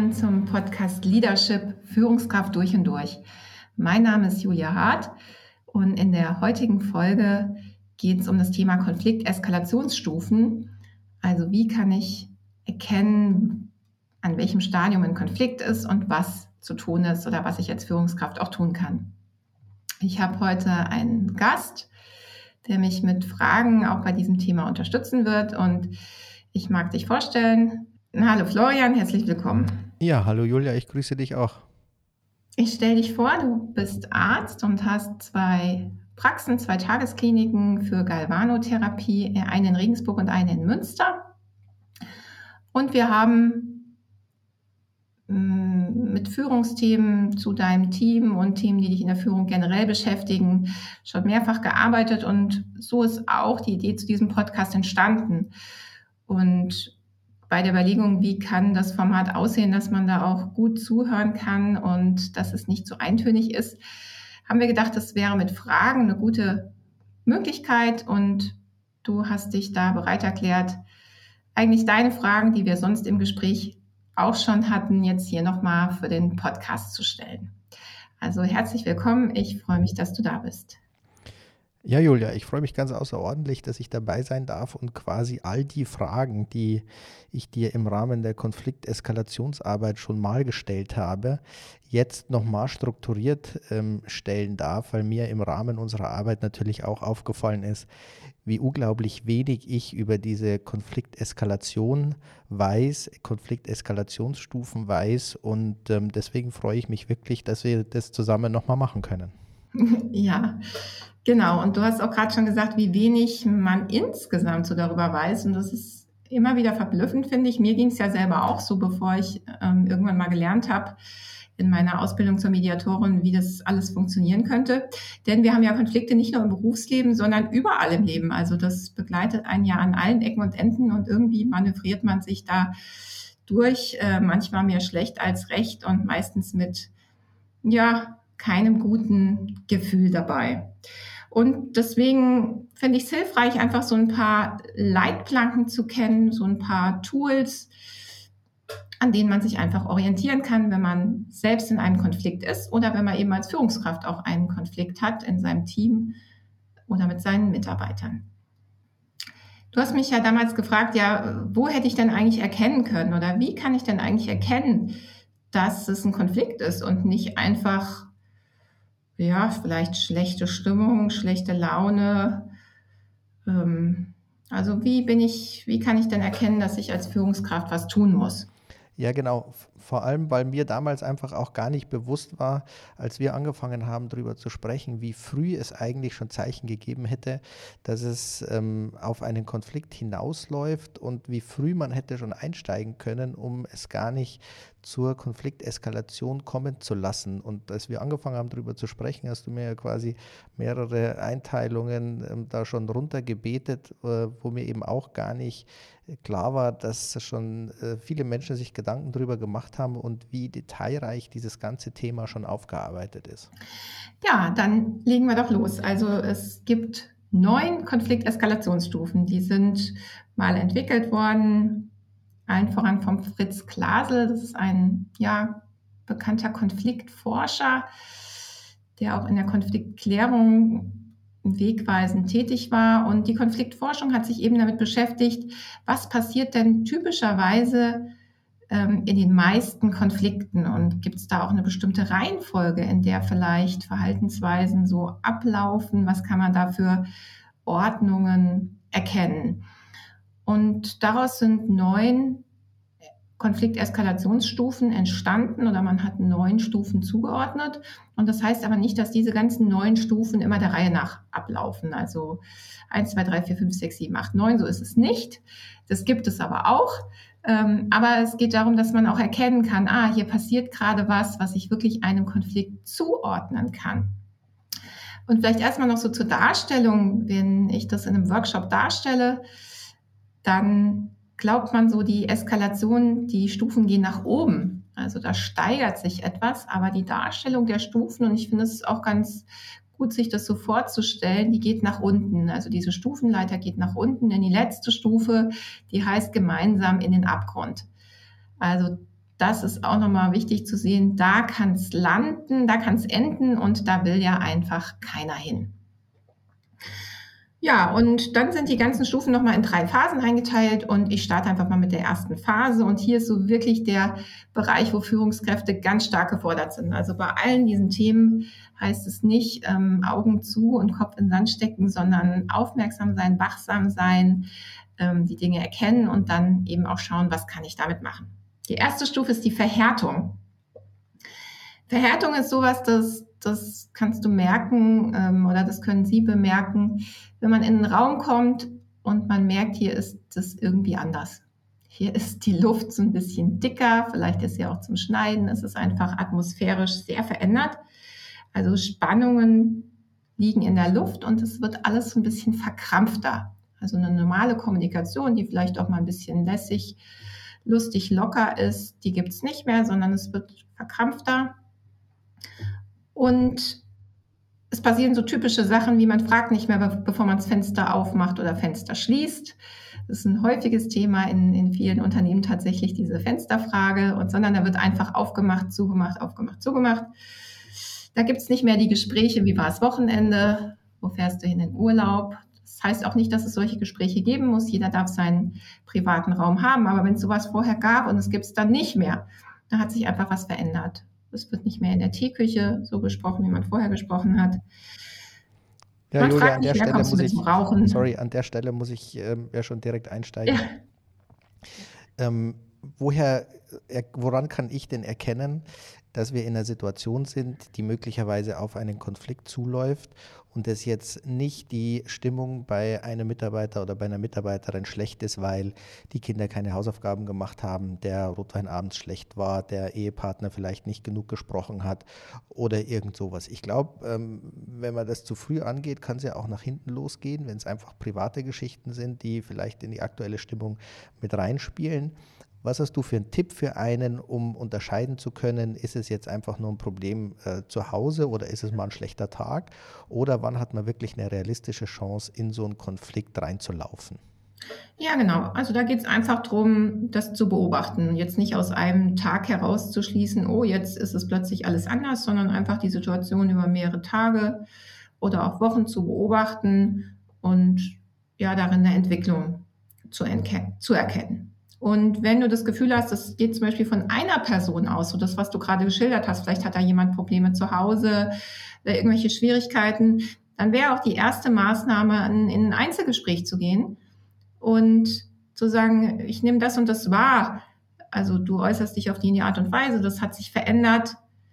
willkommen zum Podcast Leadership Führungskraft durch und durch. Mein Name ist Julia Hart und in der heutigen Folge geht es um das Thema Konflikteskalationsstufen. Also wie kann ich erkennen, an welchem Stadium ein Konflikt ist und was zu tun ist oder was ich als Führungskraft auch tun kann. Ich habe heute einen Gast, der mich mit Fragen auch bei diesem Thema unterstützen wird und ich mag dich vorstellen. Hallo Florian, herzlich willkommen. Ja, hallo Julia, ich grüße dich auch. Ich stelle dich vor, du bist Arzt und hast 2 Praxen, 2 Tageskliniken für Galvanotherapie, eine in Regensburg und eine in Münster. Und wir haben mit Führungsthemen zu deinem Team und Themen, die dich in der Führung generell beschäftigen, schon mehrfach gearbeitet und so ist auch die Idee zu diesem Podcast entstanden. Und bei der Überlegung, wie kann das Format aussehen, dass man da auch gut zuhören kann und dass es nicht so eintönig ist, haben wir gedacht, das wäre mit Fragen eine gute Möglichkeit und du hast dich da bereit erklärt, eigentlich deine Fragen, die wir sonst im Gespräch auch schon hatten, jetzt hier nochmal für den Podcast zu stellen. Also herzlich willkommen, ich freue mich, dass du da bist. Ja, Julia, ich freue mich ganz außerordentlich, dass ich dabei sein darf und quasi all die Fragen, die ich dir im Rahmen der Konflikteskalationsarbeit schon mal gestellt habe, jetzt nochmal strukturiert stellen darf, weil mir im Rahmen unserer Arbeit natürlich auch aufgefallen ist, wie unglaublich wenig ich über diese Konflikteskalation weiß, Konflikteskalationsstufen weiß und deswegen freue ich mich wirklich, dass wir das zusammen nochmal machen können. Ja, genau. Und du hast auch gerade schon gesagt, wie wenig man insgesamt so darüber weiß. Und das ist immer wieder verblüffend, finde ich. Mir ging es ja selber auch so, bevor ich irgendwann mal gelernt habe in meiner Ausbildung zur Mediatorin, wie das alles funktionieren könnte. Denn wir haben ja Konflikte nicht nur im Berufsleben, sondern überall im Leben. Also das begleitet einen ja an allen Ecken und Enden und irgendwie manövriert man sich da durch, manchmal mehr schlecht als recht und meistens mit, keinem guten Gefühl dabei. Und deswegen finde ich es hilfreich, einfach so ein paar Leitplanken zu kennen, so ein paar Tools, an denen man sich einfach orientieren kann, wenn man selbst in einem Konflikt ist oder wenn man eben als Führungskraft auch einen Konflikt hat in seinem Team oder mit seinen Mitarbeitern. Du hast mich ja damals gefragt, wo hätte ich denn eigentlich erkennen können oder wie kann ich denn eigentlich erkennen, dass es ein Konflikt ist und nicht einfach vielleicht schlechte Stimmung, schlechte Laune. Also wie kann ich denn erkennen, dass ich als Führungskraft was tun muss? Ja, genau. Vor allem, weil mir damals einfach auch gar nicht bewusst war, als wir angefangen haben, darüber zu sprechen, wie früh es eigentlich schon Zeichen gegeben hätte, dass es auf einen Konflikt hinausläuft und wie früh man hätte schon einsteigen können, um es gar nicht zur Konflikteskalation kommen zu lassen. Und als wir angefangen haben, darüber zu sprechen, hast du mir ja quasi mehrere Einteilungen da schon runtergebetet, wo mir eben auch gar nicht klar war, dass schon viele Menschen sich Gedanken darüber gemacht haben und wie detailreich dieses ganze Thema schon aufgearbeitet ist. Ja, dann legen wir doch los. Also es gibt 9 Konflikteskalationsstufen, die sind mal entwickelt worden, allen voran vom Fritz Klasel. Das ist ein bekannter Konfliktforscher, der auch in der Konfliktklärung wegweisend tätig war. Und die Konfliktforschung hat sich eben damit beschäftigt, was passiert denn typischerweise in den meisten Konflikten und gibt es da auch eine bestimmte Reihenfolge, in der vielleicht Verhaltensweisen so ablaufen? Was kann man da für Ordnungen erkennen? Und daraus sind 9 Konflikteskalationsstufen entstanden oder man hat 9 Stufen zugeordnet. Und das heißt aber nicht, dass diese ganzen 9 Stufen immer der Reihe nach ablaufen. Also 1, 2, 3, 4, 5, 6, 7, 8, 9, so ist es nicht. Das gibt es aber auch. Aber es geht darum, dass man auch erkennen kann, hier passiert gerade was ich wirklich einem Konflikt zuordnen kann. Und vielleicht erstmal noch so zur Darstellung, wenn ich das in einem Workshop darstelle, dann glaubt man so, die Eskalation, die Stufen gehen nach oben. Also da steigert sich etwas, aber die Darstellung der Stufen, und ich finde es auch ganz gut, sich das so vorzustellen, die geht nach unten. Also diese Stufenleiter geht nach unten, denn die letzte Stufe, die heißt gemeinsam in den Abgrund. Also Das ist auch nochmal wichtig zu sehen. Da kann es landen, da kann es enden und da will ja einfach keiner hin. Ja, und dann sind die ganzen Stufen nochmal in 3 Phasen eingeteilt und ich starte einfach mal mit der ersten Phase. Und hier ist so wirklich der Bereich, wo Führungskräfte ganz stark gefordert sind. Also bei allen diesen Themen heißt es nicht Augen zu und Kopf in den Sand stecken, sondern aufmerksam sein, wachsam sein, die Dinge erkennen und dann eben auch schauen, was kann ich damit machen. Die erste Stufe ist die Verhärtung. Verhärtung ist sowas, das kannst du merken oder das können Sie bemerken, wenn man in einen Raum kommt und man merkt, hier ist das irgendwie anders. Hier ist die Luft so ein bisschen dicker, vielleicht ist sie auch zum Schneiden, es ist einfach atmosphärisch sehr verändert. Also Spannungen liegen in der Luft und es wird alles so ein bisschen verkrampfter. Also eine normale Kommunikation, die vielleicht auch mal ein bisschen lässig, lustig, locker ist, die gibt es nicht mehr, sondern es wird verkrampfter. Und es passieren so typische Sachen, wie man fragt nicht mehr, bevor man das Fenster aufmacht oder Fenster schließt. Das ist ein häufiges Thema in vielen Unternehmen tatsächlich, diese Fensterfrage, sondern da wird einfach aufgemacht, zugemacht, aufgemacht, zugemacht. Da gibt es nicht mehr die Gespräche, wie war das Wochenende, wo fährst du hin in Urlaub. Das heißt auch nicht, dass es solche Gespräche geben muss. Jeder darf seinen privaten Raum haben, aber wenn es sowas vorher gab und es gibt es dann nicht mehr, da hat sich einfach was verändert. Es wird nicht mehr in der Teeküche so gesprochen, wie man vorher gesprochen hat. Ja, Man Julia, fragt nicht mehr, kommst du mit zum Rauchen? an der Stelle muss ich ja schon direkt einsteigen. Ja. Woran kann ich denn erkennen, dass wir in einer Situation sind, die möglicherweise auf einen Konflikt zuläuft und es jetzt nicht die Stimmung bei einem Mitarbeiter oder bei einer Mitarbeiterin schlecht ist, weil die Kinder keine Hausaufgaben gemacht haben, der Rotwein abends schlecht war, der Ehepartner vielleicht nicht genug gesprochen hat oder irgend sowas. Ich glaube, wenn man das zu früh angeht, kann es ja auch nach hinten losgehen, wenn es einfach private Geschichten sind, die vielleicht in die aktuelle Stimmung mit reinspielen. Was hast du für einen Tipp für einen, um unterscheiden zu können, ist es jetzt einfach nur ein Problem zu Hause oder ist es mal ein schlechter Tag? Oder wann hat man wirklich eine realistische Chance, in so einen Konflikt reinzulaufen? Ja, genau. Also da geht es einfach darum, das zu beobachten. Jetzt nicht aus einem Tag herauszuschließen, oh, jetzt ist es plötzlich alles anders, sondern einfach die Situation über mehrere Tage oder auch Wochen zu beobachten und ja, darin eine Entwicklung zu erkennen. Und wenn du das Gefühl hast, das geht zum Beispiel von einer Person aus, so das, was du gerade geschildert hast, vielleicht hat da jemand Probleme zu Hause, irgendwelche Schwierigkeiten, dann wäre auch die erste Maßnahme, in ein Einzelgespräch zu gehen und zu sagen, ich nehme das und das wahr. Also du äußerst dich auf die Art und Weise, das hat sich verändert.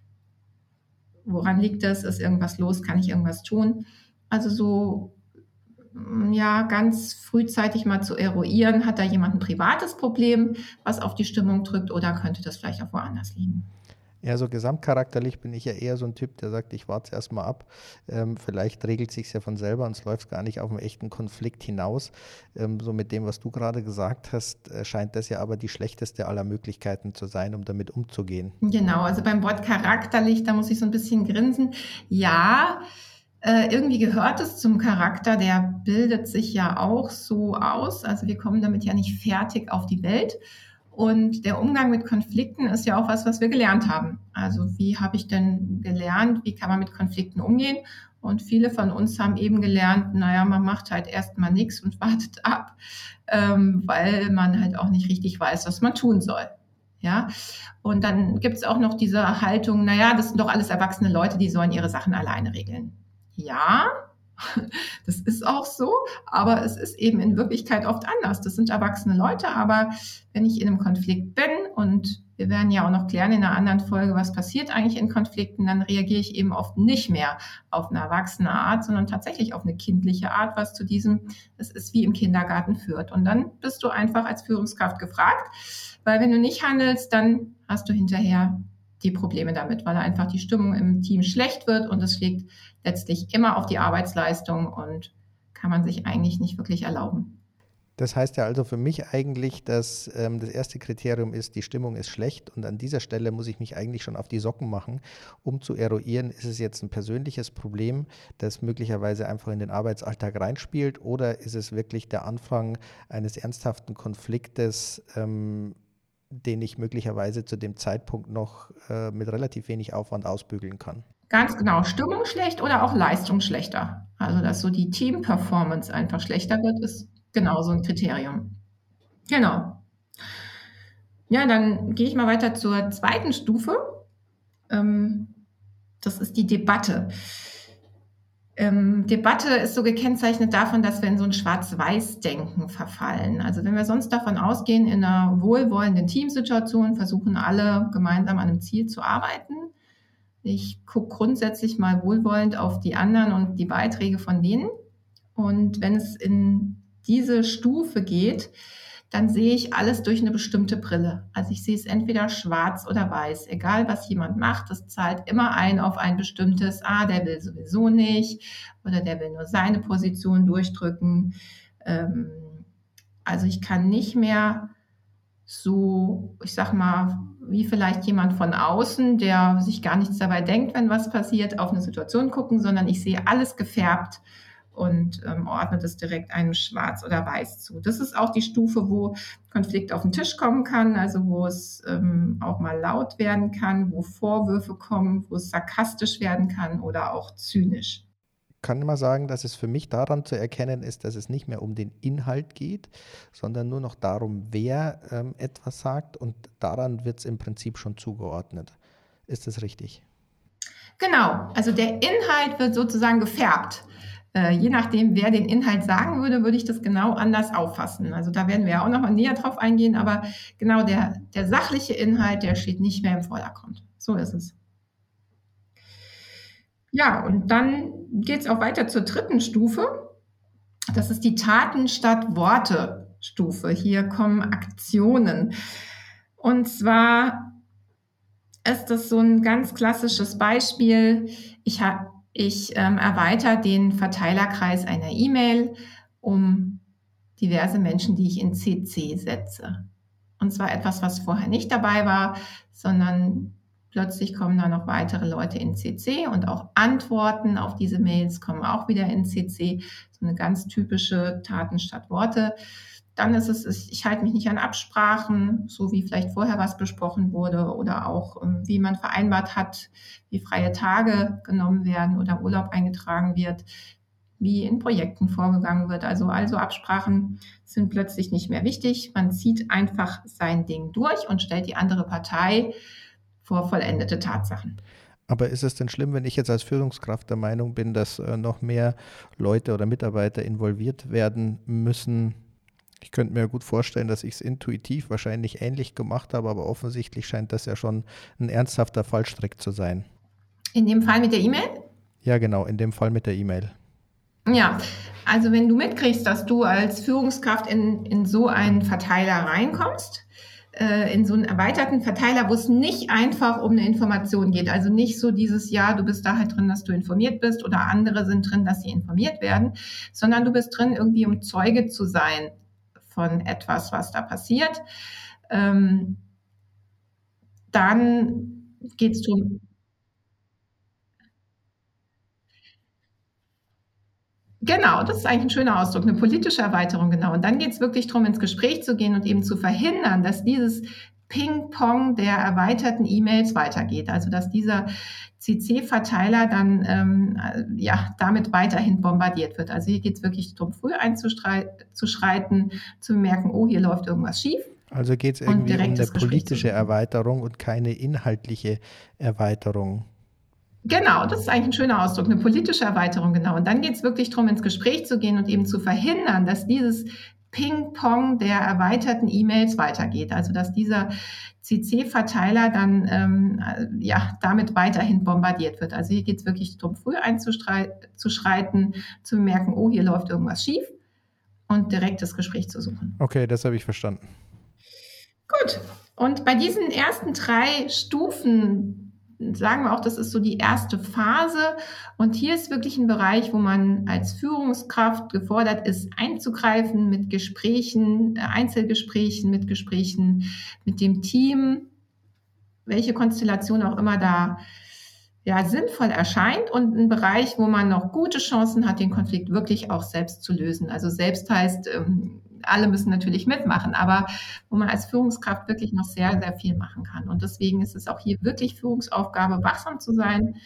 Woran liegt das? Ist irgendwas los? Kann ich irgendwas tun? Also so ja, ganz frühzeitig mal zu eruieren, hat da jemand ein privates Problem, was auf die Stimmung drückt, oder könnte das vielleicht auch woanders liegen? Ja, so gesamtcharakterlich bin ich ja eher so ein Typ, der sagt, ich warte erst mal ab. Vielleicht regelt sich ja von selber und es läuft gar nicht auf einen echten Konflikt hinaus. So mit dem, was du gerade gesagt hast, scheint das ja aber die schlechteste aller Möglichkeiten zu sein, um damit umzugehen. Genau, also beim Wort charakterlich, da muss ich so ein bisschen grinsen. Ja, irgendwie gehört es zum Charakter, der bildet sich ja auch so aus. Also wir kommen damit ja nicht fertig auf die Welt. Und der Umgang mit Konflikten ist ja auch was wir gelernt haben. Also wie habe ich denn gelernt, wie kann man mit Konflikten umgehen? Und viele von uns haben eben gelernt, naja, man macht halt erstmal nichts und wartet ab, weil man halt auch nicht richtig weiß, was man tun soll. Ja, und dann gibt es auch noch diese Haltung, naja, das sind doch alles erwachsene Leute, die sollen ihre Sachen alleine regeln. Ja, das ist auch so, aber es ist eben in Wirklichkeit oft anders. Das sind erwachsene Leute, aber wenn ich in einem Konflikt bin und wir werden ja auch noch klären in einer anderen Folge, was passiert eigentlich in Konflikten, dann reagiere ich eben oft nicht mehr auf eine erwachsene Art, sondern tatsächlich auf eine kindliche Art, was zu diesem, es ist wie im Kindergarten führt. Und dann bist du einfach als Führungskraft gefragt, weil wenn du nicht handelst, dann hast du hinterher die Probleme damit, weil einfach die Stimmung im Team schlecht wird und es schlägt letztlich immer auf die Arbeitsleistung und kann man sich eigentlich nicht wirklich erlauben. Das heißt ja also für mich eigentlich, dass das erste Kriterium ist, die Stimmung ist schlecht und an dieser Stelle muss ich mich eigentlich schon auf die Socken machen, um zu eruieren, ist es jetzt ein persönliches Problem, das möglicherweise einfach in den Arbeitsalltag reinspielt oder ist es wirklich der Anfang eines ernsthaften Konfliktes, den ich möglicherweise zu dem Zeitpunkt noch mit relativ wenig Aufwand ausbügeln kann. Ganz genau, Stimmung schlecht oder auch Leistung schlechter. Also, dass so die Team-Performance einfach schlechter wird, ist genau so ein Kriterium. Genau. Ja, dann gehe ich mal weiter zur zweiten Stufe. Das ist die Debatte. Debatte ist so gekennzeichnet davon, dass wir in so ein Schwarz-Weiß-Denken verfallen. Also wenn wir sonst davon ausgehen, in einer wohlwollenden Teamsituation versuchen alle gemeinsam an einem Ziel zu arbeiten. Ich gucke grundsätzlich mal wohlwollend auf die anderen und die Beiträge von denen. Und wenn es in diese Stufe geht, dann sehe ich alles durch eine bestimmte Brille. Also ich sehe es entweder schwarz oder weiß. Egal, was jemand macht, das zahlt immer ein auf ein bestimmtes, der will sowieso nicht oder der will nur seine Position durchdrücken. Also ich kann nicht mehr so, ich sag mal, wie vielleicht jemand von außen, der sich gar nichts dabei denkt, wenn was passiert, auf eine Situation gucken, sondern ich sehe alles gefärbt und ordne das direkt einem Schwarz oder Weiß zu. Das ist auch die Stufe, wo Konflikt auf den Tisch kommen kann, also wo es auch mal laut werden kann, wo Vorwürfe kommen, wo es sarkastisch werden kann oder auch zynisch. Kann immer sagen, dass es für mich daran zu erkennen ist, dass es nicht mehr um den Inhalt geht, sondern nur noch darum, wer etwas sagt, und daran wird es im Prinzip schon zugeordnet. Ist das richtig? Genau, also der Inhalt wird sozusagen gefärbt. Je nachdem, wer den Inhalt sagen würde, würde ich das genau anders auffassen. Also da werden wir ja auch nochmal näher drauf eingehen, aber genau der sachliche Inhalt, der steht nicht mehr im Vordergrund. So ist es. Ja, und dann geht es auch weiter zur dritten Stufe. Das ist die Taten statt Worte Stufe. Hier kommen Aktionen. Und zwar ist das so ein ganz klassisches Beispiel. Ich erweitere den Verteilerkreis einer E-Mail um diverse Menschen, die ich in CC setze. Und zwar etwas, was vorher nicht dabei war, sondern plötzlich kommen da noch weitere Leute in CC und auch Antworten auf diese Mails kommen auch wieder in CC. So eine ganz typische Taten statt Worte. Dann ist es, ich halte mich nicht an Absprachen, so wie vielleicht vorher was besprochen wurde oder auch wie man vereinbart hat, wie freie Tage genommen werden oder Urlaub eingetragen wird, wie in Projekten vorgegangen wird. Also Absprachen sind plötzlich nicht mehr wichtig. Man zieht einfach sein Ding durch und stellt die andere Partei vor vollendete Tatsachen. Aber ist es denn schlimm, wenn ich jetzt als Führungskraft der Meinung bin, dass noch mehr Leute oder Mitarbeiter involviert werden müssen? Ich könnte mir gut vorstellen, dass ich es intuitiv wahrscheinlich ähnlich gemacht habe, aber offensichtlich scheint das ja schon ein ernsthafter Fallstrick zu sein. In dem Fall mit der E-Mail? Ja, genau, in dem Fall mit der E-Mail. Ja, also wenn du mitkriegst, dass du als Führungskraft in so einen Verteiler reinkommst, in so einen erweiterten Verteiler, wo es nicht einfach um eine Information geht, also nicht so dieses, ja, du bist da halt drin, dass du informiert bist oder andere sind drin, dass sie informiert werden, sondern du bist drin irgendwie, um Zeuge zu sein von etwas, was da passiert. Dann geht es darum, genau, das ist eigentlich ein schöner Ausdruck, eine politische Erweiterung, genau. Und dann geht es wirklich darum, ins Gespräch zu gehen und eben zu verhindern, dass dieses Ping-Pong der erweiterten E-Mails weitergeht. Also dass dieser CC-Verteiler dann damit weiterhin bombardiert wird. Also hier geht es wirklich darum, früh einzuschreiten, zu merken, oh, hier läuft irgendwas schief. Also geht es irgendwie um eine politische Erweiterung und keine inhaltliche Erweiterung. Genau, das ist eigentlich ein schöner Ausdruck, eine politische Erweiterung, genau. Und dann geht es wirklich darum, ins Gespräch zu gehen und eben zu verhindern, dass dieses Ping-Pong der erweiterten E-Mails weitergeht. Also dass dieser CC-Verteiler dann damit weiterhin bombardiert wird. Also hier geht es wirklich darum, früh einzuschreiten, zu merken, oh, hier läuft irgendwas schief und direkt das Gespräch zu suchen. Okay, das habe ich verstanden. Gut, und bei diesen ersten 3 Stufen sagen wir auch, das ist so die erste Phase. Und hier ist wirklich ein Bereich, wo man als Führungskraft gefordert ist, einzugreifen mit Gesprächen, Einzelgesprächen, mit Gesprächen mit dem Team, welche Konstellation auch immer da sinnvoll erscheint, und ein Bereich, wo man noch gute Chancen hat, den Konflikt wirklich auch selbst zu lösen. Also selbst heißt alle müssen natürlich mitmachen, aber wo man als Führungskraft wirklich noch sehr, sehr viel machen kann. Und deswegen ist es auch hier wirklich Führungsaufgabe, wachsam zu sein,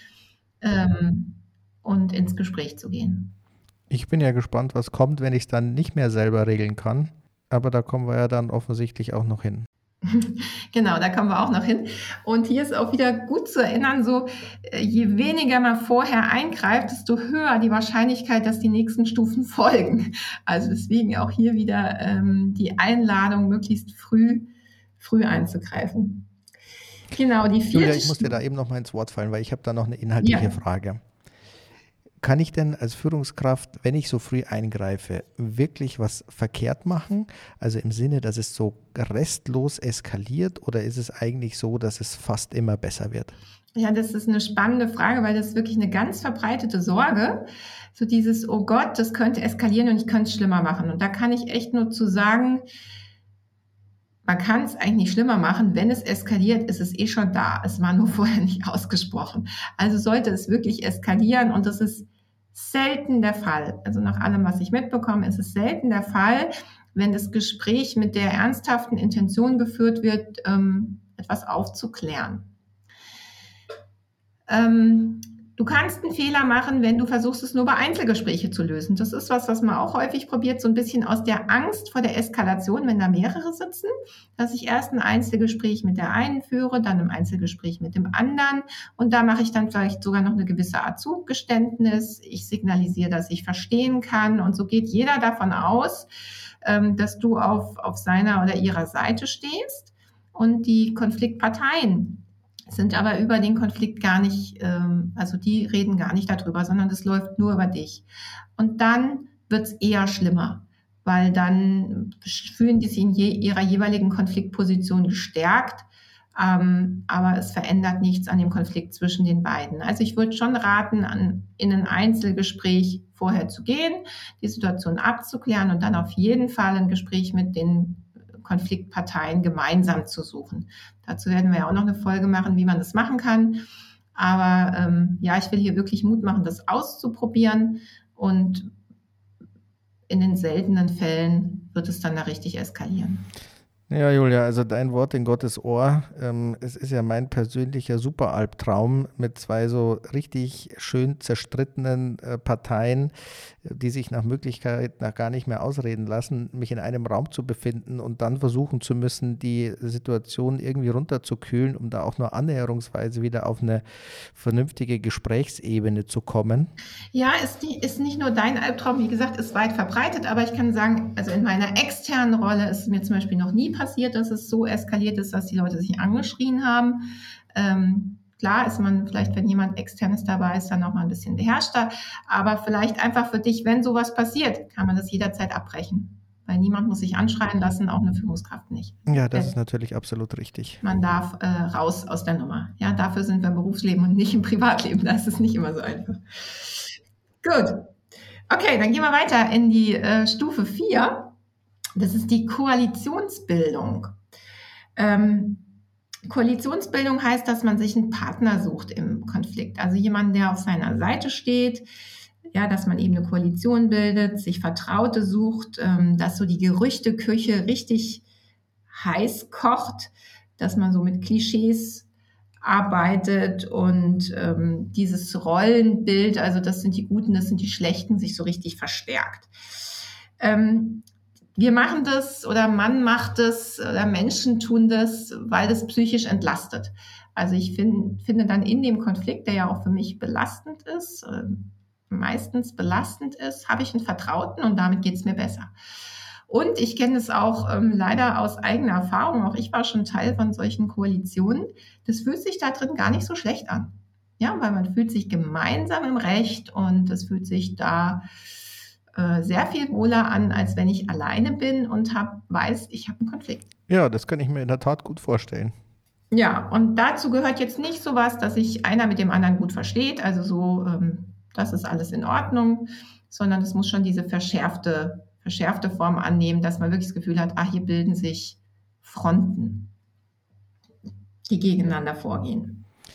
und ins Gespräch zu gehen. Ich bin ja gespannt, was kommt, wenn ich es dann nicht mehr selber regeln kann. Aber da kommen wir ja dann offensichtlich auch noch hin. Genau, da kommen wir auch noch hin. Und hier ist auch wieder gut zu erinnern, so je weniger man vorher eingreift, desto höher die Wahrscheinlichkeit, dass die nächsten Stufen folgen. Also deswegen auch hier wieder die Einladung, möglichst früh einzugreifen. Genau, die vierte. Julia, ich muss dir da eben noch mal ins Wort fallen, weil ich habe da noch eine inhaltliche Frage. Kann ich denn als Führungskraft, wenn ich so früh eingreife, wirklich was verkehrt machen? Also im Sinne, dass es so restlos eskaliert, oder ist es eigentlich so, dass es fast immer besser wird? Ja, das ist eine spannende Frage, weil das ist wirklich eine ganz verbreitete Sorge. So dieses, oh Gott, das könnte eskalieren und ich könnte es schlimmer machen. Und da kann ich echt nur zu sagen, man kann es eigentlich nicht schlimmer machen. Wenn es eskaliert, ist es eh schon da. Es war nur vorher nicht ausgesprochen. Also sollte es wirklich eskalieren, und das ist selten der Fall. Also nach allem, was ich mitbekomme, ist es selten der Fall, wenn das Gespräch mit der ernsthaften Intention geführt wird, etwas aufzuklären. Du kannst einen Fehler machen, wenn du versuchst, es nur bei Einzelgesprächen zu lösen. Das ist was man auch häufig probiert, so ein bisschen aus der Angst vor der Eskalation, wenn da mehrere sitzen, dass ich erst ein Einzelgespräch mit der einen führe, dann ein Einzelgespräch mit dem anderen, und da mache ich dann vielleicht sogar noch eine gewisse Art Zugeständnis. Ich signalisiere, dass ich verstehen kann, und so geht jeder davon aus, dass du auf seiner oder ihrer Seite stehst, und die Konfliktparteien sind aber über den Konflikt gar nicht, also die reden gar nicht darüber, sondern das läuft nur über dich. Und dann wird es eher schlimmer, weil dann fühlen die sich in ihrer jeweiligen Konfliktposition gestärkt, aber es verändert nichts an dem Konflikt zwischen den beiden. Also ich würde schon raten, in ein Einzelgespräch vorher zu gehen, die Situation abzuklären und dann auf jeden Fall ein Gespräch mit den Konfliktparteien gemeinsam zu suchen. Dazu werden wir ja auch noch eine Folge machen, wie man das machen kann. Aber ja, ich will hier wirklich Mut machen, das auszuprobieren, und in den seltenen Fällen wird es dann da richtig eskalieren. Ja, Julia, also dein Wort in Gottes Ohr. Es ist ja mein persönlicher Superalbtraum mit zwei so richtig schön zerstrittenen Parteien, die sich nach Möglichkeit nach gar nicht mehr ausreden lassen, mich in einem Raum zu befinden und dann versuchen zu müssen, die Situation irgendwie runterzukühlen, um da auch nur annäherungsweise wieder auf eine vernünftige Gesprächsebene zu kommen. Ja, ist nicht nur dein Albtraum, wie gesagt, ist weit verbreitet, aber ich kann sagen, also in meiner externen Rolle ist mir zum Beispiel noch nie passiert, dass es so eskaliert ist, dass die Leute sich angeschrien haben. Klar ist man vielleicht, wenn jemand Externes dabei ist, dann auch mal ein bisschen beherrschter, aber vielleicht einfach für dich, wenn sowas passiert, kann man das jederzeit abbrechen, weil niemand muss sich anschreien lassen, auch eine Führungskraft nicht. Ja, das ist natürlich absolut richtig. Man darf raus aus der Nummer. Ja, dafür sind wir im Berufsleben und nicht im Privatleben. Da ist es nicht immer so einfach. Gut. Okay, dann gehen wir weiter in die Stufe 4. Das ist die Koalitionsbildung. Koalitionsbildung heißt, dass man sich einen Partner sucht im Konflikt. Also jemanden, der auf seiner Seite steht. Ja, dass man eben eine Koalition bildet, sich Vertraute sucht, dass so die Gerüchteküche richtig heiß kocht, dass man so mit Klischees arbeitet und dieses Rollenbild, also das sind die Guten, das sind die Schlechten, sich so richtig verstärkt. Wir machen das, oder man macht das, oder Menschen tun das, weil das psychisch entlastet. Also ich finde dann in dem Konflikt, der ja auch für mich belastend ist, meistens belastend ist, habe ich einen Vertrauten, und damit geht es mir besser. Und ich kenne es auch leider aus eigener Erfahrung, auch ich war schon Teil von solchen Koalitionen. Das fühlt sich da drin gar nicht so schlecht an. Ja, weil man fühlt sich gemeinsam im Recht, und es fühlt sich da sehr viel wohler an, als wenn ich alleine bin und weiß, ich habe einen Konflikt. Ja, das kann ich mir in der Tat gut vorstellen. Ja, und dazu gehört jetzt nicht sowas, dass sich einer mit dem anderen gut versteht, also so, das ist alles in Ordnung, sondern es muss schon diese verschärfte Form annehmen, dass man wirklich das Gefühl hat, hier bilden sich Fronten, die gegeneinander vorgehen.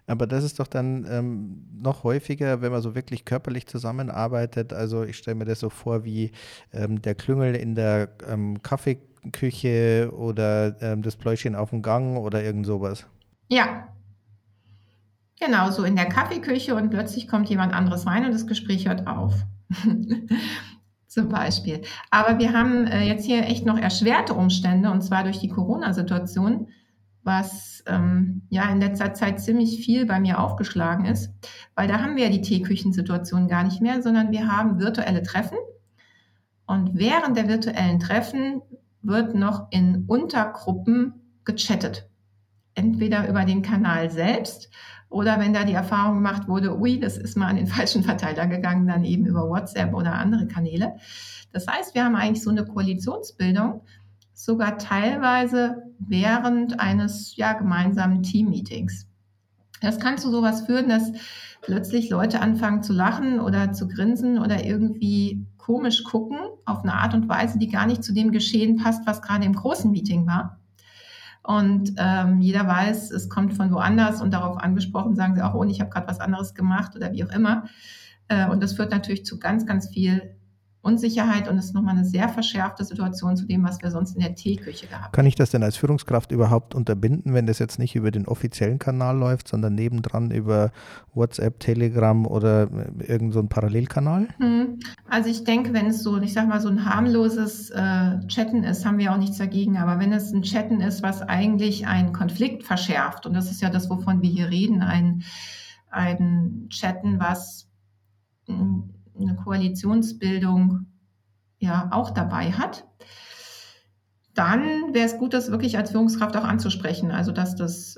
Aber das ist doch dann noch häufiger, wenn man so wirklich körperlich zusammenarbeitet. Also ich stelle mir das so vor wie der Klüngel in der Kaffeeküche oder das Pläuschchen auf dem Gang oder irgend sowas. Ja, genau, so in der Kaffeeküche und plötzlich kommt jemand anderes rein und das Gespräch hört auf. Zum Beispiel. Aber wir haben jetzt hier echt noch erschwerte Umstände, und zwar durch die Corona-Situation, was ja in letzter Zeit ziemlich viel bei mir aufgeschlagen ist, weil da haben wir ja die Teeküchensituation gar nicht mehr, sondern wir haben virtuelle Treffen. Und während der virtuellen Treffen wird noch in Untergruppen gechattet. Entweder über den Kanal selbst oder wenn da die Erfahrung gemacht wurde, ui, das ist mal an den falschen Verteiler gegangen, dann eben über WhatsApp oder andere Kanäle. Das heißt, wir haben eigentlich so eine Koalitionsbildung, sogar teilweise während eines ja, gemeinsamen Teammeetings. Das kann zu sowas führen, dass plötzlich Leute anfangen zu lachen oder zu grinsen oder irgendwie komisch gucken auf eine Art und Weise, die gar nicht zu dem Geschehen passt, was gerade im großen Meeting war. Und jeder weiß, es kommt von woanders und darauf angesprochen sagen sie auch, oh, ich habe gerade was anderes gemacht oder wie auch immer. Und das führt natürlich zu ganz, ganz viel Unsicherheit und ist nochmal eine sehr verschärfte Situation zu dem, was wir sonst in der Teeküche gehabt haben. Kann ich das denn als Führungskraft überhaupt unterbinden, wenn das jetzt nicht über den offiziellen Kanal läuft, sondern nebendran über WhatsApp, Telegram oder irgend so ein Parallelkanal? Also ich denke, wenn es so, ich sag mal, so ein harmloses Chatten ist, haben wir auch nichts dagegen. Aber wenn es ein Chatten ist, was eigentlich einen Konflikt verschärft, und das ist ja das, wovon wir hier reden, ein Chatten, was eine Koalitionsbildung ja auch dabei hat, dann wäre es gut, das wirklich als Führungskraft auch anzusprechen. Also dass das,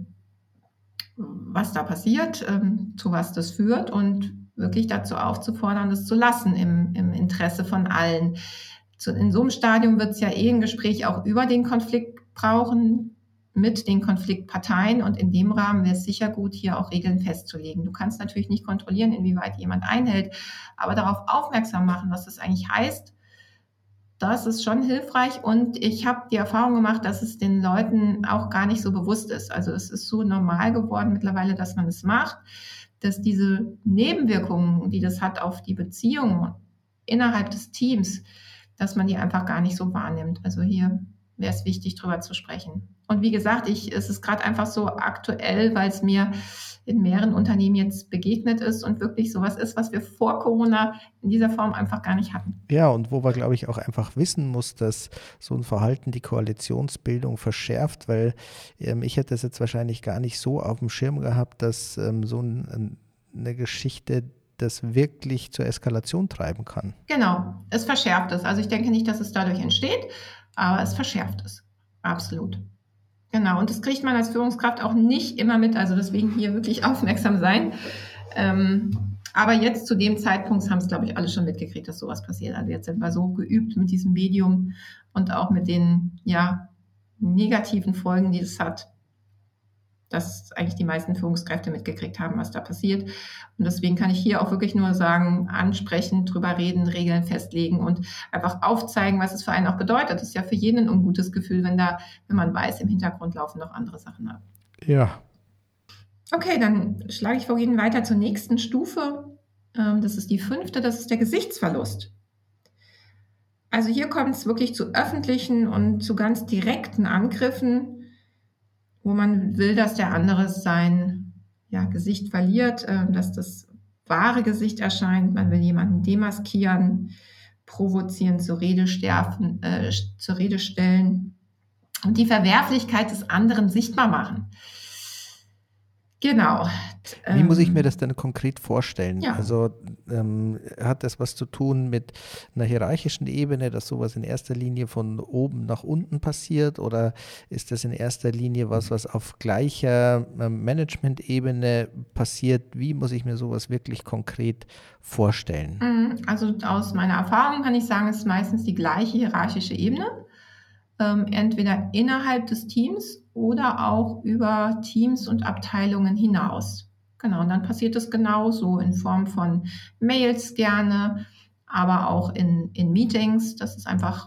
was da passiert, zu was das führt und wirklich dazu aufzufordern, das zu lassen im Interesse von allen. In so einem Stadium wird es ja ein Gespräch auch über den Konflikt brauchen, mit den Konfliktparteien, und in dem Rahmen wäre es sicher gut, hier auch Regeln festzulegen. Du kannst natürlich nicht kontrollieren, inwieweit jemand einhält, aber darauf aufmerksam machen, was das eigentlich heißt. Das ist schon hilfreich, und ich habe die Erfahrung gemacht, dass es den Leuten auch gar nicht so bewusst ist. Also es ist so normal geworden mittlerweile, dass man es macht, dass diese Nebenwirkungen, die das hat auf die Beziehungen innerhalb des Teams, dass man die einfach gar nicht so wahrnimmt. Also hier wäre es wichtig, drüber zu sprechen. Und wie gesagt, es ist gerade einfach so aktuell, weil es mir in mehreren Unternehmen jetzt begegnet ist und wirklich sowas ist, was wir vor Corona in dieser Form einfach gar nicht hatten. Ja, und wo man, glaube ich, auch einfach wissen muss, dass so ein Verhalten die Koalitionsbildung verschärft, weil ich hätte es jetzt wahrscheinlich gar nicht so auf dem Schirm gehabt, dass so eine Geschichte das wirklich zur Eskalation treiben kann. Genau, es verschärft es. Also ich denke nicht, dass es dadurch entsteht, aber es verschärft es. Absolut. Genau, und das kriegt man als Führungskraft auch nicht immer mit, also deswegen hier wirklich aufmerksam sein. Aber jetzt zu dem Zeitpunkt haben es, glaube ich, alle schon mitgekriegt, dass sowas passiert. Also jetzt sind wir so geübt mit diesem Medium und auch mit den ja, negativen Folgen, die es hat, dass eigentlich die meisten Führungskräfte mitgekriegt haben, was da passiert. Und deswegen kann ich hier auch wirklich nur sagen, ansprechen, drüber reden, Regeln festlegen und einfach aufzeigen, was es für einen auch bedeutet. Das ist ja für jeden ein ungutes Gefühl, wenn man weiß, im Hintergrund laufen noch andere Sachen ab. Ja. Okay, dann schlage ich vor, gehen weiter zur nächsten Stufe. Das ist die 5., das ist der Gesichtsverlust. Also hier kommt es wirklich zu öffentlichen und zu ganz direkten Angriffen, wo man will, dass der andere sein Gesicht verliert, dass das wahre Gesicht erscheint. Man will jemanden demaskieren, provozieren, zur Rede stellen und die Verwerflichkeit des anderen sichtbar machen. Genau. Wie muss ich mir das denn konkret vorstellen? Ja. Also hat das was zu tun mit einer hierarchischen Ebene, dass sowas in erster Linie von oben nach unten passiert, oder ist das in erster Linie was auf gleicher Management-Ebene passiert? Wie muss ich mir sowas wirklich konkret vorstellen? Also aus meiner Erfahrung kann ich sagen, es ist meistens die gleiche hierarchische Ebene. Entweder innerhalb des Teams oder auch über Teams und Abteilungen hinaus. Genau, und dann passiert es genauso in Form von Mails gerne, aber auch in Meetings, dass es einfach,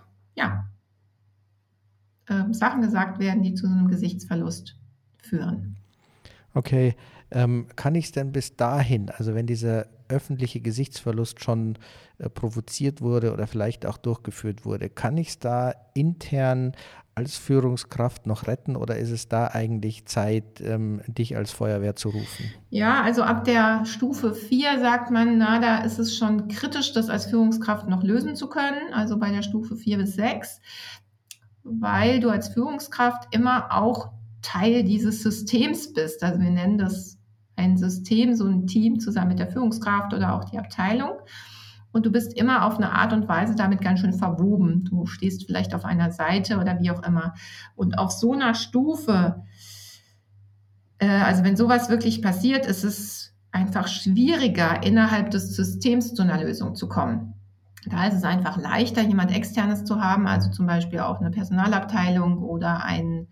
Sachen gesagt werden, die zu so einem Gesichtsverlust führen. Okay, kann ich es denn bis dahin, also wenn dieser öffentliche Gesichtsverlust schon provoziert wurde oder vielleicht auch durchgeführt wurde, kann ich es da intern als Führungskraft noch retten oder ist es da eigentlich Zeit, dich als Feuerwehr zu rufen? Ja, also ab der Stufe 4 sagt man, na, da ist es schon kritisch, das als Führungskraft noch lösen zu können, also bei der Stufe 4 bis 6, weil du als Führungskraft immer auch Teil dieses Systems bist. Also wir nennen das ein System, so ein Team zusammen mit der Führungskraft oder auch die Abteilung. Und du bist immer auf eine Art und Weise damit ganz schön verwoben. Du stehst vielleicht auf einer Seite oder wie auch immer. Und auf so einer Stufe, also wenn sowas wirklich passiert, ist es einfach schwieriger, innerhalb des Systems zu einer Lösung zu kommen. Da ist es einfach leichter, jemand Externes zu haben, also zum Beispiel auch eine Personalabteilung oder einen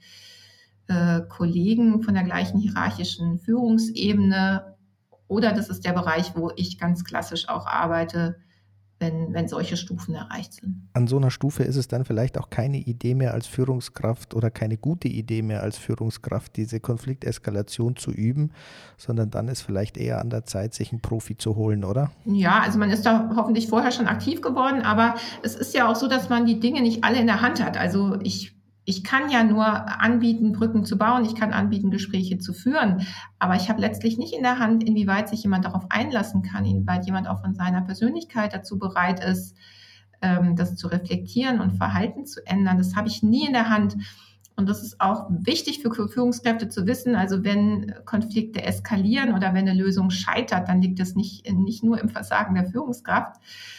Kollegen von der gleichen hierarchischen Führungsebene. Oder das ist der Bereich, wo ich ganz klassisch auch arbeite, wenn solche Stufen erreicht sind. An so einer Stufe ist es dann vielleicht auch keine Idee mehr als Führungskraft oder keine gute Idee mehr als Führungskraft, diese Konflikteskalation zu üben, sondern dann ist vielleicht eher an der Zeit, sich einen Profi zu holen, oder? Ja, also man ist da hoffentlich vorher schon aktiv geworden, aber es ist ja auch so, dass man die Dinge nicht alle in der Hand hat. Also ich kann ja nur anbieten, Brücken zu bauen, ich kann anbieten, Gespräche zu führen, aber ich habe letztlich nicht in der Hand, inwieweit sich jemand darauf einlassen kann, inwieweit jemand auch von seiner Persönlichkeit dazu bereit ist, das zu reflektieren und Verhalten zu ändern. Das habe ich nie in der Hand. Und das ist auch wichtig für Führungskräfte zu wissen. Also wenn Konflikte eskalieren oder wenn eine Lösung scheitert, dann liegt es nicht nur im Versagen der Führungskraft,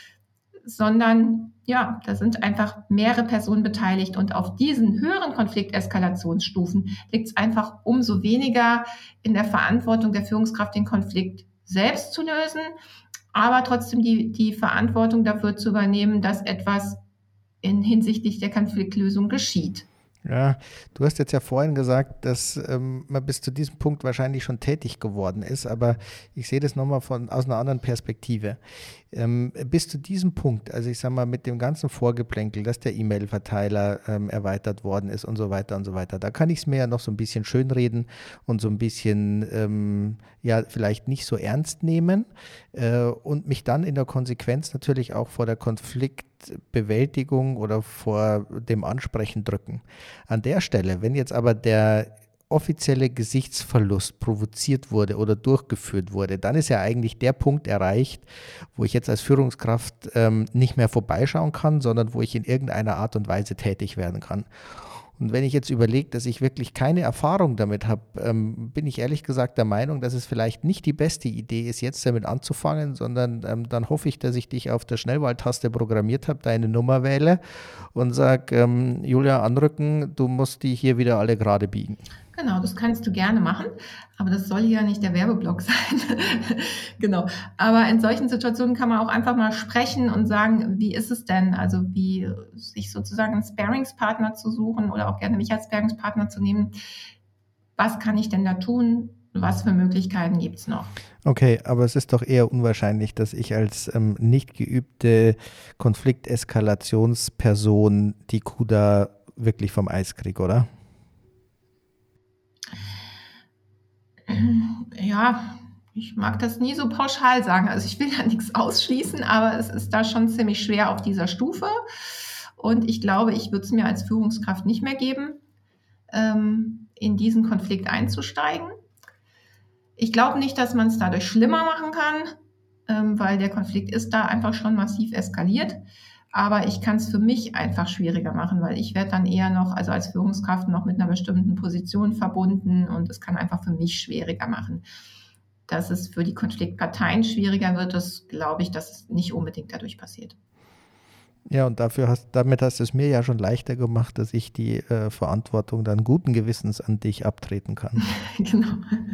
sondern ja, da sind einfach mehrere Personen beteiligt. Und auf diesen höheren Konflikteskalationsstufen liegt es einfach umso weniger in der Verantwortung der Führungskraft, den Konflikt selbst zu lösen, aber trotzdem die Verantwortung dafür zu übernehmen, dass etwas hinsichtlich der Konfliktlösung geschieht. Ja, du hast jetzt ja vorhin gesagt, dass man bis zu diesem Punkt wahrscheinlich schon tätig geworden ist, aber ich sehe das nochmal aus einer anderen Perspektive. Bis zu diesem Punkt, also ich sage mal mit dem ganzen Vorgeplänkel, dass der E-Mail-Verteiler erweitert worden ist und so weiter, da kann ich es mir ja noch so ein bisschen schönreden und so ein bisschen ja vielleicht nicht so ernst nehmen und mich dann in der Konsequenz natürlich auch vor der Konfliktbewältigung oder vor dem Ansprechen drücken. An der Stelle, wenn jetzt aber der offizielle Gesichtsverlust provoziert wurde oder durchgeführt wurde, dann ist ja eigentlich der Punkt erreicht, wo ich jetzt als Führungskraft nicht mehr vorbeischauen kann, sondern wo ich in irgendeiner Art und Weise tätig werden kann. Und wenn ich jetzt überlege, dass ich wirklich keine Erfahrung damit habe, bin ich ehrlich gesagt der Meinung, dass es vielleicht nicht die beste Idee ist, jetzt damit anzufangen, sondern dann hoffe ich, dass ich dich auf der Schnellwahltaste programmiert habe, deine Nummer wähle und sage, Julia, anrücken, du musst die hier wieder alle gerade biegen. Genau, das kannst du gerne machen, aber das soll ja nicht der Werbeblock sein. Genau. Aber in solchen Situationen kann man auch einfach mal sprechen und sagen, wie ist es denn? Also wie sich sozusagen einen Sparringspartner zu suchen oder auch gerne mich als Sparringspartner zu nehmen. Was kann ich denn da tun? Was für Möglichkeiten gibt es noch? Okay, aber es ist doch eher unwahrscheinlich, dass ich als nicht geübte Konflikteskalationsperson die Kuh da wirklich vom Eis kriege, oder? Ja, ich mag das nie so pauschal sagen. Also ich will ja nichts ausschließen, aber es ist da schon ziemlich schwer auf dieser Stufe. Und ich glaube, ich würde es mir als Führungskraft nicht mehr geben, in diesen Konflikt einzusteigen. Ich glaube nicht, dass man es dadurch schlimmer machen kann, weil der Konflikt ist da einfach schon massiv eskaliert. Aber ich kann es für mich einfach schwieriger machen, weil ich werde dann eher noch, also als Führungskraft noch mit einer bestimmten Position verbunden und es kann einfach für mich schwieriger machen. Dass es für die Konfliktparteien schwieriger wird, das glaube ich, dass es nicht unbedingt dadurch passiert. Ja, und damit hast du es mir ja schon leichter gemacht, dass ich die Verantwortung dann guten Gewissens an dich abtreten kann. Genau.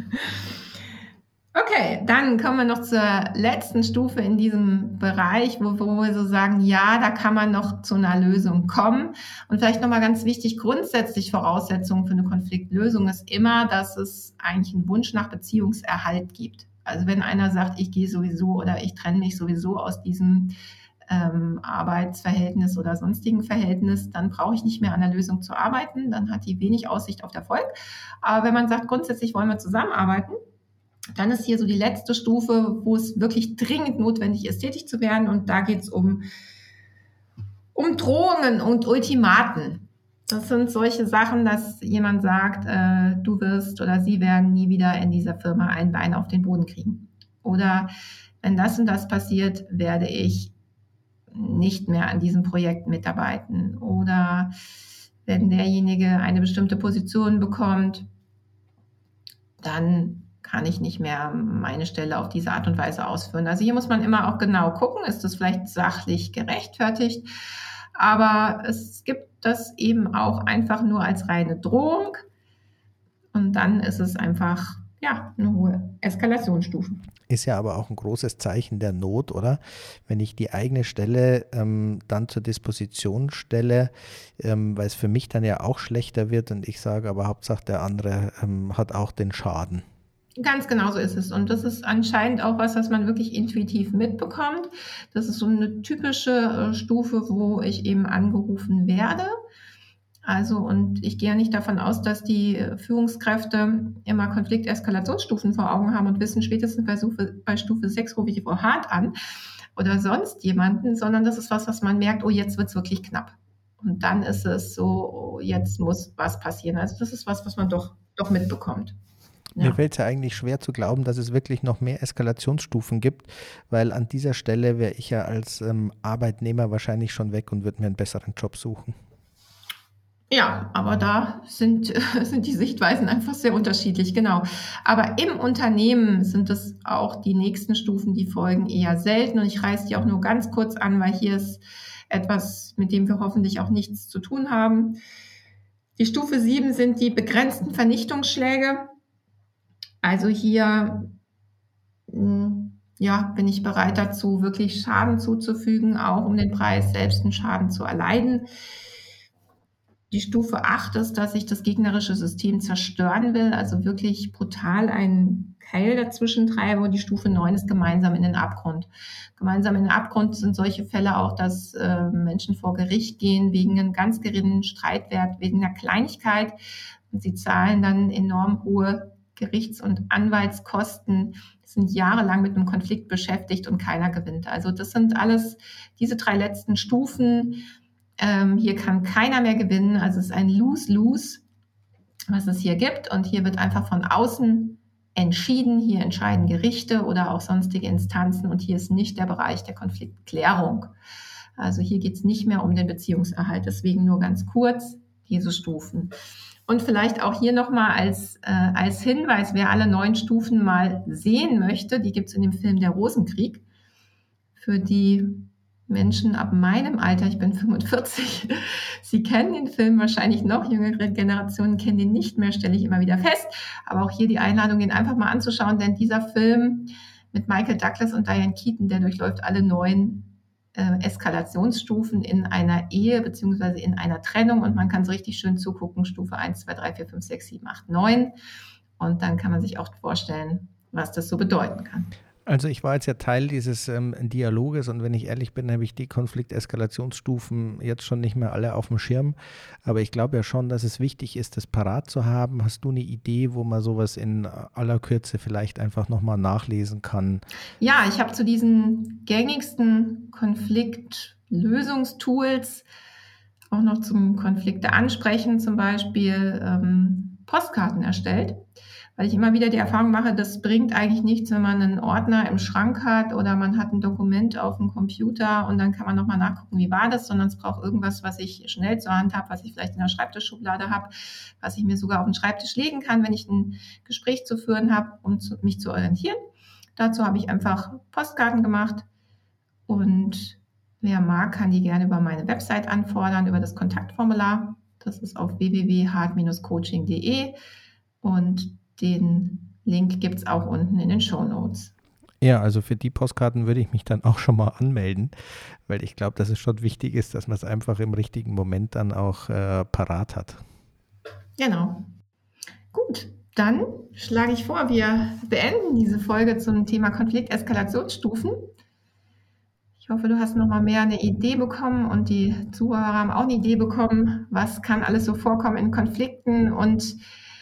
Okay, dann kommen wir noch zur letzten Stufe in diesem Bereich, wo wir so sagen, ja, da kann man noch zu einer Lösung kommen. Und vielleicht nochmal ganz wichtig, grundsätzlich Voraussetzung für eine Konfliktlösung ist immer, dass es eigentlich einen Wunsch nach Beziehungserhalt gibt. Also wenn einer sagt, ich gehe sowieso oder ich trenne mich sowieso aus diesem Arbeitsverhältnis oder sonstigen Verhältnis, dann brauche ich nicht mehr an der Lösung zu arbeiten, dann hat die wenig Aussicht auf Erfolg. Aber wenn man sagt, grundsätzlich wollen wir zusammenarbeiten, dann ist hier so die letzte Stufe, wo es wirklich dringend notwendig ist, tätig zu werden. Und da geht es um Drohungen und Ultimaten. Das sind solche Sachen, dass jemand sagt, du wirst oder sie werden nie wieder in dieser Firma ein Bein auf den Boden kriegen. Oder wenn das und das passiert, werde ich nicht mehr an diesem Projekt mitarbeiten. Oder wenn derjenige eine bestimmte Position bekommt, dann kann ich nicht mehr meine Stelle auf diese Art und Weise ausführen. Also hier muss man immer auch genau gucken, ist das vielleicht sachlich gerechtfertigt, aber es gibt das eben auch einfach nur als reine Drohung und dann ist es einfach eine hohe Eskalationsstufe. Ist ja aber auch ein großes Zeichen der Not, oder? Wenn ich die eigene Stelle dann zur Disposition stelle, weil es für mich dann ja auch schlechter wird und ich sage, aber Hauptsache der andere hat auch den Schaden. Ganz genau so ist es. Und das ist anscheinend auch was man wirklich intuitiv mitbekommt. Das ist so eine typische Stufe, wo ich eben angerufen werde. Also, und ich gehe ja nicht davon aus, dass die Führungskräfte immer Konflikteskalationsstufen vor Augen haben und wissen, spätestens bei Stufe 6 rufe ich Frau Hart an oder sonst jemanden, sondern das ist was man merkt, oh, jetzt wird es wirklich knapp. Und dann ist es so, oh, jetzt muss was passieren. Also das ist was man doch mitbekommt. Ja. Mir fällt es ja eigentlich schwer zu glauben, dass es wirklich noch mehr Eskalationsstufen gibt, weil an dieser Stelle wäre ich ja als Arbeitnehmer wahrscheinlich schon weg und würde mir einen besseren Job suchen. Ja, aber da sind die Sichtweisen einfach sehr unterschiedlich, genau. Aber im Unternehmen sind es auch die nächsten Stufen, die folgen eher selten. Und ich reiße die auch nur ganz kurz an, weil hier ist etwas, mit dem wir hoffentlich auch nichts zu tun haben. Die Stufe 7 sind die begrenzten Vernichtungsschläge. Also hier bin ich bereit dazu, wirklich Schaden zuzufügen, auch um den Preis selbst einen Schaden zu erleiden. Die Stufe 8 ist, dass ich das gegnerische System zerstören will, also wirklich brutal einen Keil dazwischen treibe. Und die Stufe 9 ist gemeinsam in den Abgrund. Gemeinsam in den Abgrund sind solche Fälle auch, dass Menschen vor Gericht gehen wegen einem ganz geringen Streitwert, wegen einer Kleinigkeit. Und sie zahlen dann enorm hohe Gerichts- und Anwaltskosten, sind jahrelang mit einem Konflikt beschäftigt und keiner gewinnt. Also das sind alles diese 3 letzten Stufen. Hier kann keiner mehr gewinnen, also es ist ein Lose-Lose, was es hier gibt und hier wird einfach von außen entschieden, hier entscheiden Gerichte oder auch sonstige Instanzen und hier ist nicht der Bereich der Konfliktklärung. Also hier geht es nicht mehr um den Beziehungserhalt, deswegen nur ganz kurz diese Stufen. Und vielleicht auch hier nochmal als Hinweis, wer alle 9 Stufen mal sehen möchte, die gibt es in dem Film Der Rosenkrieg. Für die Menschen ab meinem Alter, ich bin 45, Sie kennen den Film wahrscheinlich noch, jüngere Generationen kennen den nicht mehr, stelle ich immer wieder fest. Aber auch hier die Einladung, den einfach mal anzuschauen, denn dieser Film mit Michael Douglas und Diane Keaton, der durchläuft alle 9 Eskalationsstufen in einer Ehe beziehungsweise in einer Trennung und man kann so richtig schön zugucken, Stufe 1, 2, 3, 4, 5, 6, 7, 8, 9 und dann kann man sich auch vorstellen, was das so bedeuten kann. Also ich war jetzt ja Teil dieses Dialoges und wenn ich ehrlich bin, habe ich die Konflikteskalationsstufen jetzt schon nicht mehr alle auf dem Schirm. Aber ich glaube ja schon, dass es wichtig ist, das parat zu haben. Hast du eine Idee, wo man sowas in aller Kürze vielleicht einfach nochmal nachlesen kann? Ja, ich habe zu diesen gängigsten Konfliktlösungstools auch noch zum Konflikte ansprechen zum Beispiel Postkarten erstellt. Weil ich immer wieder die Erfahrung mache, das bringt eigentlich nichts, wenn man einen Ordner im Schrank hat oder man hat ein Dokument auf dem Computer und dann kann man nochmal nachgucken, wie war das, sondern es braucht irgendwas, was ich schnell zur Hand habe, was ich vielleicht in der Schreibtischschublade habe, was ich mir sogar auf den Schreibtisch legen kann, wenn ich ein Gespräch zu führen habe, um mich zu orientieren. Dazu habe ich einfach Postkarten gemacht und wer mag, kann die gerne über meine Website anfordern, über das Kontaktformular. Das ist auf www.hart-coaching.de und den Link gibt es auch unten in den Shownotes. Ja, also für die Postkarten würde ich mich dann auch schon mal anmelden, weil ich glaube, dass es schon wichtig ist, dass man es einfach im richtigen Moment dann auch parat hat. Genau. Gut, dann schlage ich vor, wir beenden diese Folge zum Thema Konflikteskalationsstufen. Ich hoffe, du hast noch mal mehr eine Idee bekommen und die Zuhörer haben auch eine Idee bekommen, was kann alles so vorkommen in Konflikten und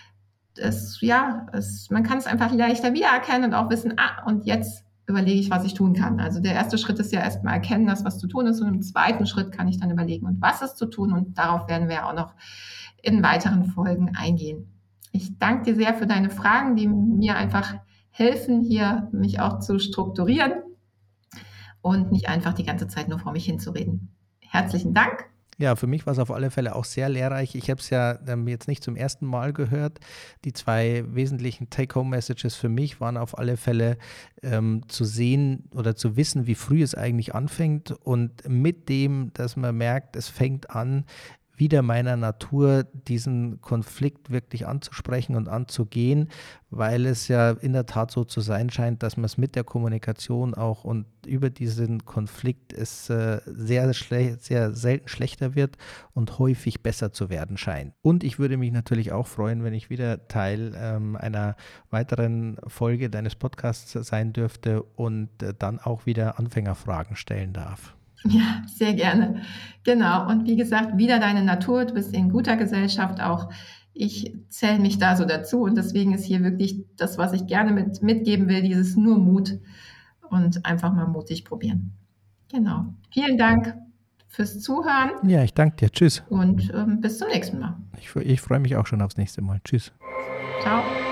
man kann es einfach leichter wiedererkennen und auch wissen, und jetzt überlege ich, was ich tun kann. Also der erste Schritt ist ja erstmal erkennen, dass was zu tun ist und im zweiten Schritt kann ich dann überlegen, und was ist zu tun, und darauf werden wir auch noch in weiteren Folgen eingehen. Ich danke dir sehr für deine Fragen, die mir einfach helfen, hier mich auch zu strukturieren und nicht einfach die ganze Zeit nur vor mich hinzureden. Herzlichen Dank. Ja, für mich war es auf alle Fälle auch sehr lehrreich. Ich habe es ja jetzt nicht zum ersten Mal gehört. Die 2 wesentlichen Take-Home-Messages für mich waren auf alle Fälle zu sehen oder zu wissen, wie früh es eigentlich anfängt, und mit dem, dass man merkt, es fängt an, wieder meiner Natur, diesen Konflikt wirklich anzusprechen und anzugehen, weil es ja in der Tat so zu sein scheint, dass man es mit der Kommunikation auch und über diesen Konflikt es sehr selten schlechter wird und häufig besser zu werden scheint. Und ich würde mich natürlich auch freuen, wenn ich wieder Teil einer weiteren Folge deines Podcasts sein dürfte und dann auch wieder Anfängerfragen stellen darf. Ja, sehr gerne. Genau. Und wie gesagt, wieder deine Natur. Du bist in guter Gesellschaft auch. Ich zähle mich da so dazu. Und deswegen ist hier wirklich das, was ich gerne mitgeben will, dieses nur Mut und einfach mal mutig probieren. Genau. Vielen Dank fürs Zuhören. Ja, ich danke dir. Tschüss. Und bis zum nächsten Mal. Ich freue mich auch schon aufs nächste Mal. Tschüss. Ciao.